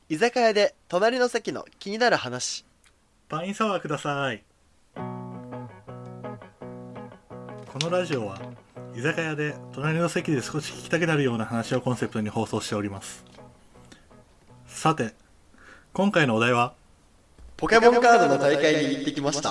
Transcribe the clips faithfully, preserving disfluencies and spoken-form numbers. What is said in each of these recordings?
居酒屋で隣の席の気になる話。 パインサワーください。このラジオは居酒屋で隣の席で少し聞きたくなるような話をコンセプトに放送しております。さて、今回のお題はポケモンカードの大会に行ってきました。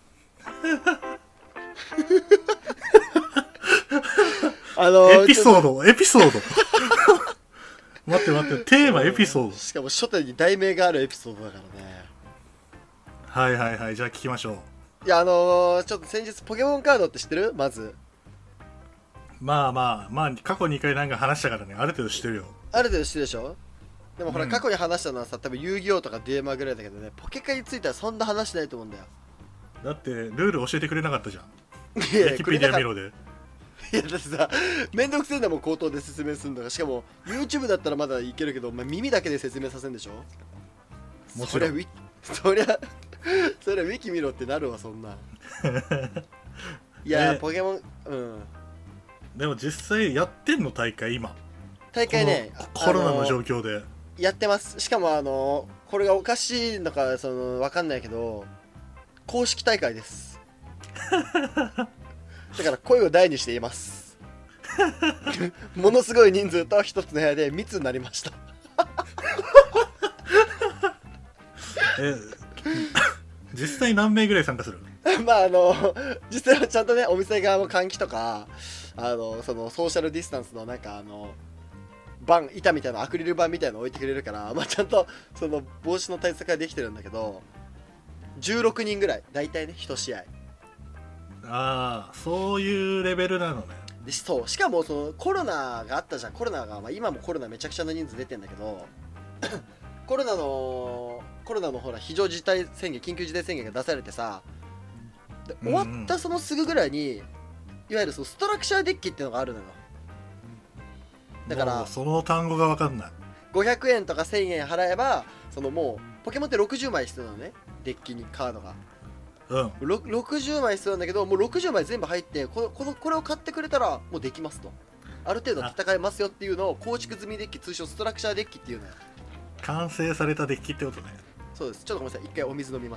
あのー、 エピソードエピソード待って待って、テーマエピソード、 しかも初手に題名があるエピソードだからね。 はいはいはい、じゃあ聞きましょう。 いや、あのー、ちょっと先日ポケモンカードって知ってる？まずまあまあまあ、過去にかいなんか話したからね、ある程度知ってるよ。 ある程度知ってるでしょ。でもほら、 うん、 過去に話したのはさ、多分遊戯王とかデュエマぐらいだけどね、ポケカについてはそんな話しないと思うんだよ。 だってルール教えてくれなかったじゃん。ウいやィキペディア見ろで。 いやだってさ、めんどくせえんだもん、口頭で説明するんだから。しかも YouTube だったらまだいけるけど、お前耳だけで説明させんでしょ。 もちろん。 そりゃウィそりゃそりゃウィキ見ろってなるわ、そんな。いや、ポケモン、うん。 でも実際やってんの大会今。 大会ね、 コロナの状況でやってます。しかもあのこれがおかしいのかその分かんないけど、公式大会です。だから声を大にして言います。ものすごい人数と一つの部屋で密になりました。 え実際何名ぐらい参加する？ まああの実際はちゃんとね、お店側も換気とか、あのそのソーシャルディスタンスのなんかあの板板みたいなアクリル板みたいなの置いてくれるから、まあ、ちゃんとその防止の対策ができてるんだけど、じゅうろくにんぐらい大体ね、いち試合。 ああ、そういうレベルなのね。 でそう、しかもそのコロナがあったじゃん。コロナが、まあ、今もコロナめちゃくちゃな人数出てんだけどコロナのコロナのほら非常事態宣言、緊急事態宣言が出されてさ、で終わったそのすぐぐらいに、いわゆるそのストラクチャーデッキっていうのがあるのよ。だからその単語が分かんない。 ごひゃくえんとかせんえん払えば、そのもうポケモンってろくじゅうまい必要なのね、デッキにカードが。 うん、 ろくじゅうまい必要なんだけど、もうろくじゅうまい全部入って、このこのこれを買ってくれたらもうできますと、ある程度戦えますよっていうのを構築済みデッキ、通称ストラクチャーデッキっていうのよ。 完成されたデッキってことね。 そうです。ちょっとごめんなさい、一回お水飲みます。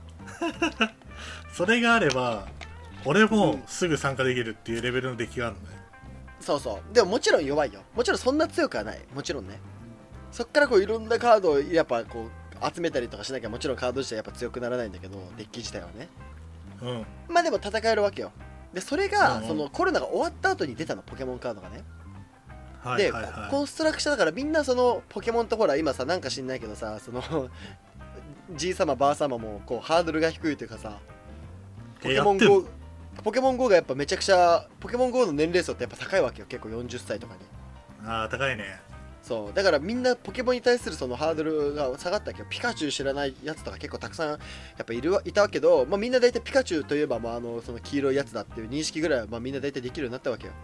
それがあれば俺もすぐ参加できるっていうレベルのデッキがあるのね。 そうそう。でももちろん弱いよ。もちろんそんな強くはない。もちろんね。そっからこういろんなカードをやっぱこう集めたりとかしなきゃ、もちろんカード自体やっぱ強くならないんだけど、デッキ自体はね。 うん。 まあでも戦えるわけよ。でそれが、 うんうん、 そのコロナが終わった後に出たの、ポケモンカードがね。 はいはいはい、 でこのストラクチャーだから、みんなそのポケモンとほら今さ、なんか知んないけどさ、そのじいさまばあさまもこうハードルが低いというかさ、ポケモン GO ポケモン GO がやっぱめちゃくちゃ、ポケモン GO の年齢層ってやっぱ高いわけよ、結構よんじゅっさいとかに。 ああ、高いね。 そうだからみんなポケモンに対するそのハードルが下がったわけど、ピカチュウ知らないやつとか結構たくさんやっぱいるいたわけど、まあ、みんな大体ピカチュウといえば、まあ、あのその黄色いやつだっていう認識ぐらいは、まあ、みんな大体できるようになったわけよ。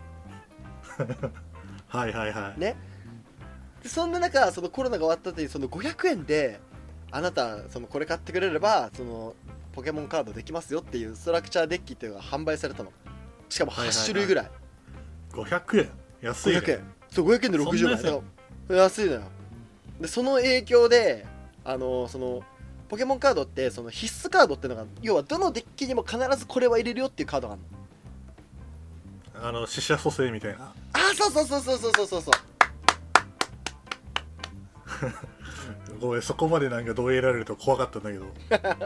はいはいはいね。でそんな中、そのコロナが終わった後に、そのごひゃくえんであなたそのこれ買ってくれればそのポケモンカードできますよっていうストラクチャーデッキっていうのが販売されたの。しかもはち種類ぐらい、はいはいはい、 ごひゃくえん安いね。 ごひゃくえん、そうごひゃくえんでろくじゅうまいだから安いのよ。でその影響で、あのそのポケモンカードってその必須カードっていうのが、要はどのデッキにも必ずこれは入れるよっていうカードがあるの。 あの死者蘇生みたいな。 あ、そうそうそうそうそうそうそうそうごめん、そこまでなんか同意得られると怖かったんだけど。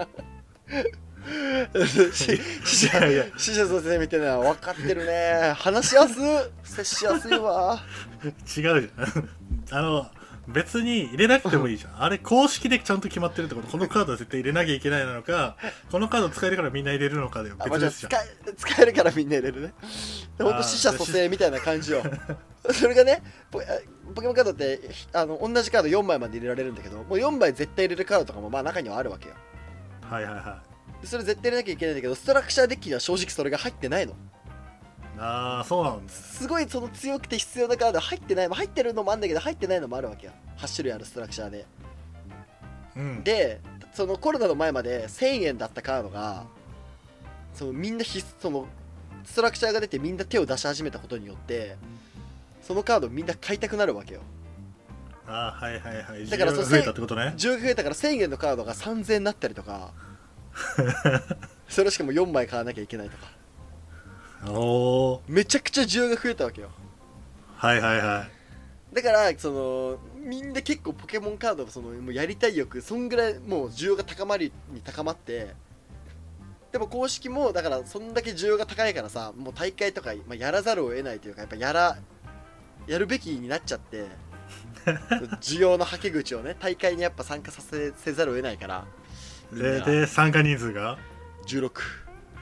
死者蘇生みたいなの分かってるね。話しやすい、接しやすいわ。 違うじゃん。あの別に入れなくてもいいじゃん。あれ公式でちゃんと決まってるってこと。このカードは絶対入れなきゃいけないなのか、このカード使えるからみんな入れるのかで別ですじゃん。 使え、使えるからみんな入れるね。ほんと死者蘇生みたいな感じよ。それがね、ポ、ポケモンカードってあの同じカードよんまいまで入れられるんだけど、もうよんまい絶対入れるカードとかもまあ中にはあるわけよ。 はいはいはい。 それ絶対入れなきゃいけないんだけど、ストラクチャーデッキには正直それが入ってないの。 ああ、そうなんだ。 すごいその強くて必要なカード入ってない、入ってるのもあるんだけど入ってないのもあるわけよ。はち種類あるストラクチャーで、うん、でそのコロナの前までせんえんだったカードが、そのみんな必そのストラクチャーが出てみんな手を出し始めたことによって、そのカードみんな買いたくなるわけよ。 あーはいはいはいだからそう需要が増えたってことね。 需要が増えたからせんえんのカードがさんぜんえんになったりとかそれしかもよんまい買わなきゃいけないとか、 おおめちゃくちゃ需要が増えたわけよ。 はいはいはい。 だからそのみんな結構ポケモンカードのそのもうやりたい欲そんぐらいもう需要が高まりに高まって、でも公式もだからそんだけ需要が高いからさ、もう大会とか、まあ、やらざるを得ないというか、やっぱやらやるべきになっちゃって需要のはけ口をね、大会にやっぱ参加させせざるを得ないから。 でで参加人数がじゅうろく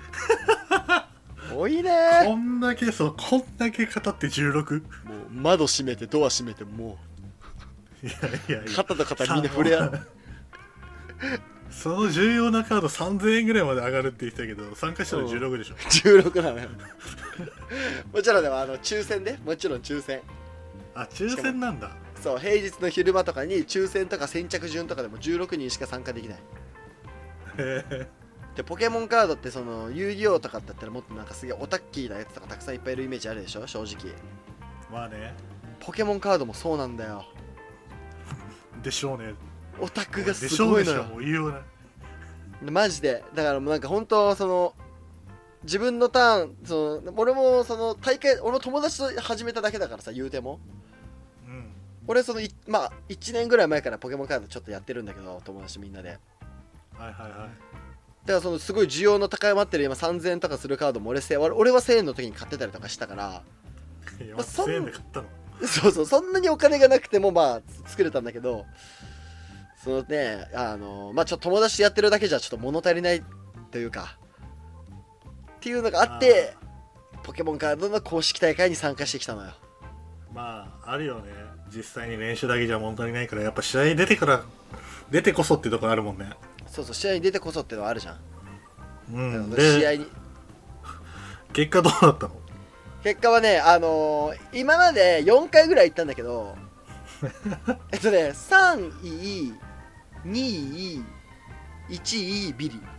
多いねこんだけそうこんだけ語ってじゅうろく。 もう窓閉めてドア閉めてもいやいやういや肩と肩みんな触れ合うその重要なカードさんぜんえんぐらいまで上がるって言ってたけど、参加したらじゅうろくでしょ。 じゅうろくなのよもちろんでもあの抽選でもちろん抽選。 あ抽選なんだ。 そう平日の昼間とかに抽選とか先着順とかでもじゅうろくにんしか参加できない。 へえ。 でポケモンカードってその遊戯王とかだったらもっとなんかすげえオタッキーなやつとかたくさんいっぱいいるイメージあるでしょ正直。 まあね。 ポケモンカードもそうなんだよ。 でしょうね。 オタクがすでしょうごいのよでしょう。もう言うよね。 マジで。だからもうなんか本当その自分のターンその俺もその大会俺の友達と始めただけだからさ言うても、 うん。 俺そのいまあいちねんぐらい前からポケモンカードちょっとやってるんだけど友達みんなで。 はいはいはい。 だからそのすごい需要の高まってる今さんぜんえんとかするカードも俺せ俺俺はせんえんの時に買ってたりとかしたから、 いやまあそんせんえんで買ったの。 そうそうそんなにお金がなくてもまあ作れたんだけど、そのねあのまあちょっと友達とやってるだけじゃちょっと物足りないというかっていうのがあってポケモンカードの公式大会に参加してきたのよ。 まああるよね。実際に練習だけじゃ物足りないから、やっぱ試合出てから出てこそってとこあるもんね。 そうそう試合に出てこそっていうのはあるじゃん。 うん。で試合に結果どうだったの？ 結果はねあのー、今までよんかいぐらい行ったんだけどえっとねさんいにいいちいビリ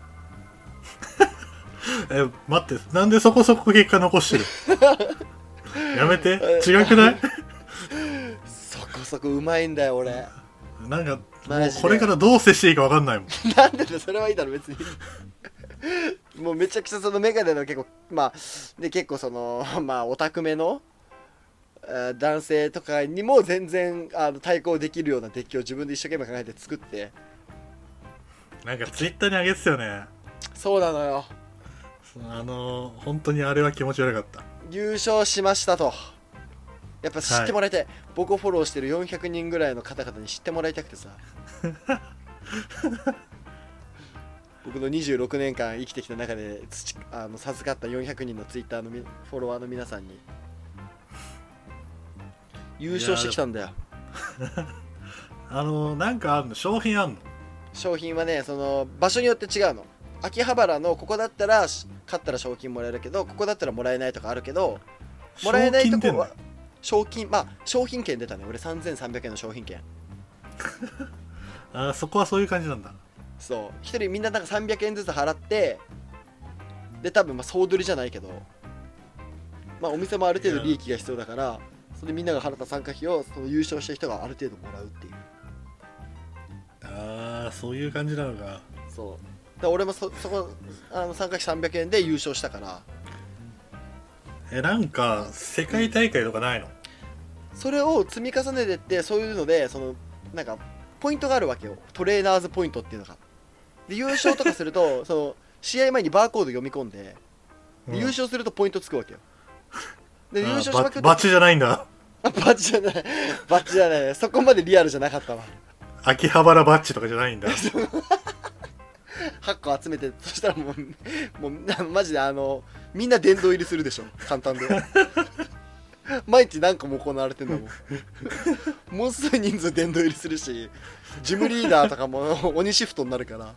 え待ってなんでそこそこ結果残してるやめて違くないそこそこうまいんだよ俺。 なんかもマジでうこれからどう接していいか分かんないもんなんでだよそれはいいだろ別にもうめちゃくちゃそのメガネの結構まあで結構そのまあオタクめのあ男性とかにも全然あの対抗できるようなデッキを自分で一生懸命考えて作って。 なんかツイッターに上げてたよね。 そうなのよ。 あのー、本当にあれは気持ち悪かった。 優勝しましたとやっぱ知ってもらいたい、はい、僕をフォローしてるよんひゃくにんぐらいの方々に知ってもらいたくてさ僕のにじゅうろくねんかん生きてきた中で土あの授かったよんひゃくにんのツイッターのフォロワーの皆さんに優勝してきたんだよあのー、なんかあるの商品あんの？ 商品はねその場所によって違うの。秋葉原のここだったら勝ったら賞金もらえるけどここだったらもらえないとかあるけど、もらえないとこは賞金、まあ商品券出たね。俺さんぜんさんびゃくえんの商品券あそこはそういう感じなんだ。 そう一人みんななんかさんびゃくえんずつ払ってで多分まあ総取りじゃないけどまあお店もある程度利益が必要だからそれでみんなが払った参加費をその優勝した人がある程度もらうっていう。 ああそういう感じなのか。 そうだ俺も そ, そこあの参加費さんびゃくえんで優勝したから。 えなんか世界大会とかないの？ それを積み重ねてってそういうのでそのなんかポイントがあるわけよ。トレーナーズポイントっていうのがで優勝とかするとその試合前にバーコード読み込んで、でうん、 優勝するとポイントつくわけよ。で優勝しまくってバッチじゃないんだ。 バッチじゃないバッチじゃないそこまでリアルじゃなかったわ。 秋葉原バッチとかじゃないんだはっこ集めてそしたらもうもうマジであのみんな殿堂入りするでしょ簡単で毎日何個も行われてんだもんものすごい人数殿堂入りするしジムリーダーとかも鬼シフトになるから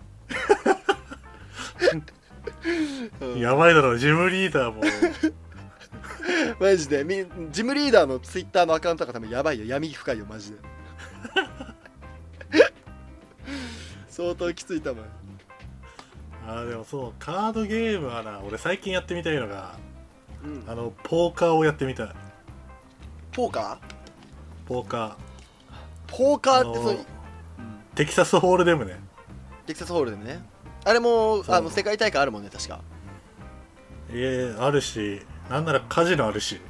うん、やばいだろジムリーダーもマジでみジムリーダーのツイッターのアカウントとか多分やばいよ闇深いよマジで相当きついたもん。 あーでもそうカードゲームはな俺最近やってみたいのが、 うん、 あのポーカーをやってみたい。 ポーカーポーカーポーカーってそう、 あのテキサスホールデムね。 テキサスホールでもね、あれもそうあの世界大会あるもんね確か。 いえあるし、なんならカジノあるし。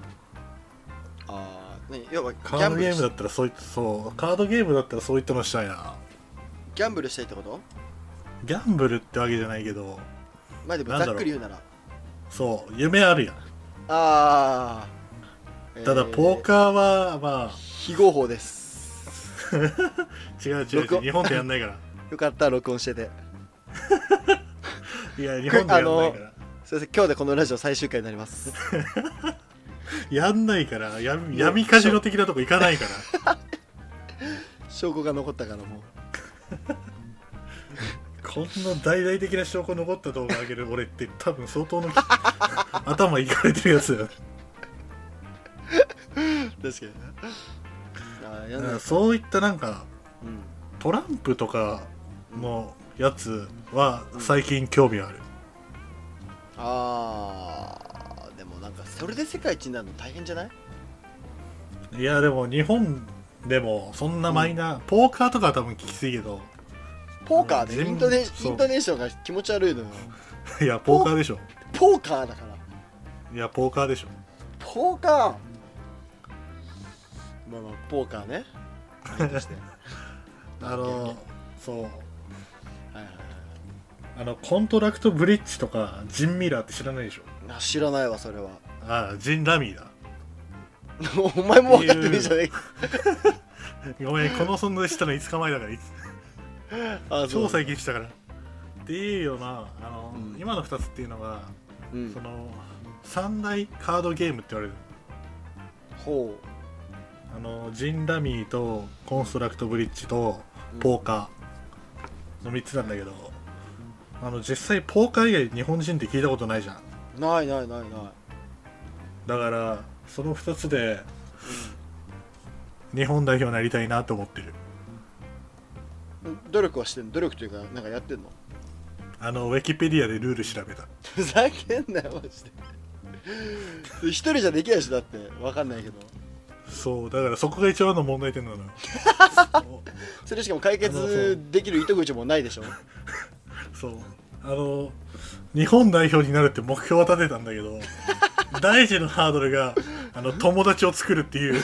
ああ、ね、要はギカードゲームだャンブルしったらそういったそうカードゲームだったらそういったのしたいな。 ギャンブルしたいってこと？ ギャンブルってわけじゃないけど、 まあでもざなんだろうっくり言うなら、 そう夢あるやん。 ああ、 ただポーー、 カーはまあ非合法です。 違う違う違録音う、日本でやんないから。 よかった録音してて。 いや日本でやんないから。 すいません、今日でこのラジオ最終回になります。 やんないから闇闇カジノ的なとこ行かないから証拠が残ったからもう。 こんな大々的な証拠残った動画上げる俺って多分相当の頭いかれてるやつだよ。 確かにな。あーやんないだからそういったなんかうんトランプとかのやつは最近興味ある。 あーでもなんかそれで世界一になるの大変じゃない？ いやでも日本でもそんなマイナー、ポーカーとかは多分きついけど。 ポーカーで全イントネそうイントネーションが気持ち悪いのよ。 いやポーカーでしょ。 ポーカーだから。 いやポーカーでしょ。 ポーカー、まあまあポーカーね。いいとしてあのそうはいはいはい。 あのコントラクトブリッジとかジン・ミラーって知らないでしょ。 あ、知らないわそれは。 ああジン・ラミーだ。 お前も分かってねえじゃねえか。 ごめんこの存在したのいつかまえだからいつあ、そう超最近したからっていうようなあの、 うん今のふたつっていうのが、 うんその三大カードゲームって言われる。 ほあのジン・ラミーとコンストラクトブリッジとうポーカーのみっつなんだけど、あの実際ポーカー以外日本人って聞いたことないじゃん。 う。ないないないない。 だからそのふたつで日本代表になりたいなと思ってる。 うん、努力はしてんの？努力というかなんかやってんの？ あのウィキペディアでルール調べた。 ふざけんなよマジで。一人じゃできないしだってわかんないけど。 そうだからそこが一番の問題点なのよ。 それしかも解決できる糸口もないでしょ。 そうあの日本代表になるって目標は立てたんだけど第一のハードルがあの友達を作るっていう。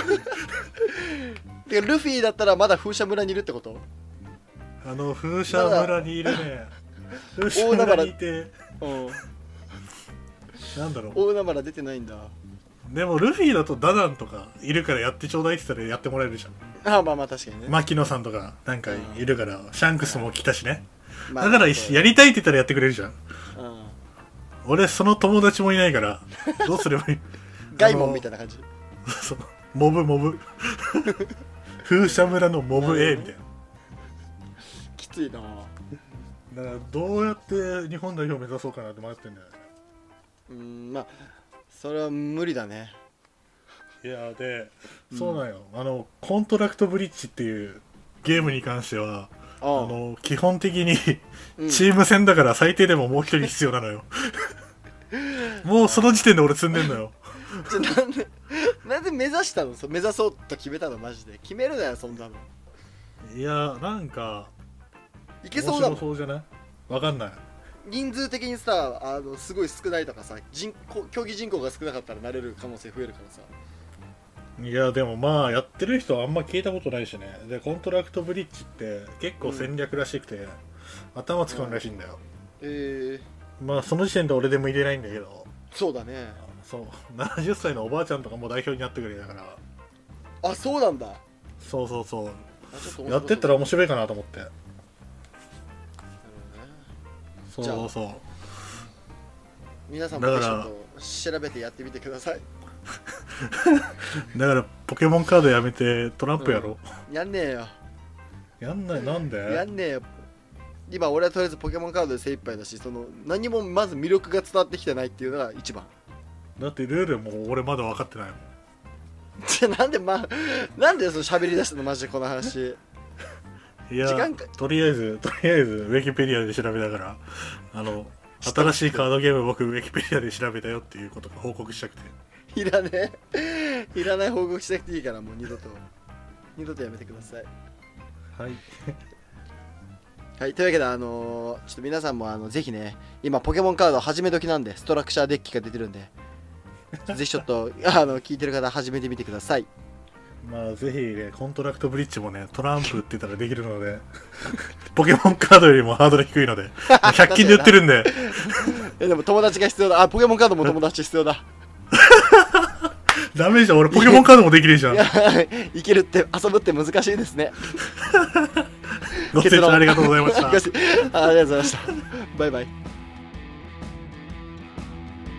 てかルフィだったらまだ風車村にいるってこと？ あの風車村にいるね。風車村にいてうんなんだろう。 大海原出てないんだ。 でもルフィだとダダンとかいるからやってちょうだいって言ったらやってもらえるじゃん。 ああまあまあ確かにね、 牧野さんとかなんかいるからシャンクスも来たしね。 まあ、 だからそうやりたいって言ったらやってくれるじゃん。 うん、 俺その友達もいないからどうすればいい。 ガイモンみたいな感じ。 そうモブモブ風車村のモブ A みたいな。 きついな。 だからどうやって日本代表目指そうかなって迷ってんだよね。 うんまあそれは無理だね。 いやで、そうなんよ。あのコントラクトブリッジっていうゲームに関してはあああの基本的にうんチーム戦だから最低でももう一人必要なのよ。もうその時点で俺積んでんのよ。 じゃなんでなんで目指したの？そう目指そうと決めたの？マジで決めるなよそんなの。 いやなんかいけそうだもん。 面白そうじゃない？わかんない。 人数的にさあのすごい少ないとかさ人口競技人口が少なかったらなれる可能性増えるからさ。 いやでもまあやってる人はあんま聞いたことないしね。でコントラクトブリッジって結構戦略らしくて、うん、頭使うらしいんだよ。 えー、 まあその時点で俺でも入れないんだけど。 そうだね。 そうななじゅっさいのおばあちゃんとかも代表になってくれだから。 あそうなんだ。 そうそうそう。 あちょっと面白そうやってったら面白いかなと思って。 なるほどね。 そうそう。 皆さんもぜひちょっと調べてやってみてください。 だからポケモンカードやめてトランプやろ、 うん、やんねえよ。 やんない。なんでやんねえよ。今俺はとりあえずポケモンカードで精一杯だし、その何もまず魅力が伝わってきてないっていうのが一番。 だってルールも俺まだ分かってないもん。 じゃなんでまなんでその喋り出したのマジでこの話。 いや時間かとりあえずとりあえずウィキペディアで調べながらあの新しいカードゲーム僕ウィキペディアで調べたよっていうことが報告したくて。 いらねえいらない報告しなくていいからもう二度と。 二度とやめてください。 はいはい、というわけで、あのー、ちょっと皆さんもあのぜひね、今ポケモンカード始め時なんで、ストラクチャーデッキが出てるんでぜひちょっとあの聞いてる方始めてみてください。 まあぜひね、コントラクトブリッジもね、トランプって言ったらできるのでポケモンカードよりもハードル低いのでひゃく均で売ってるんでえでも友達が必要だ。あ、ポケモンカードも友達必要だダメじゃん、俺ポケモンカードもできるじゃん。いいけるって、遊ぶって難しいですねご清聴ありがとうございましたありがとうございました。バイバイ。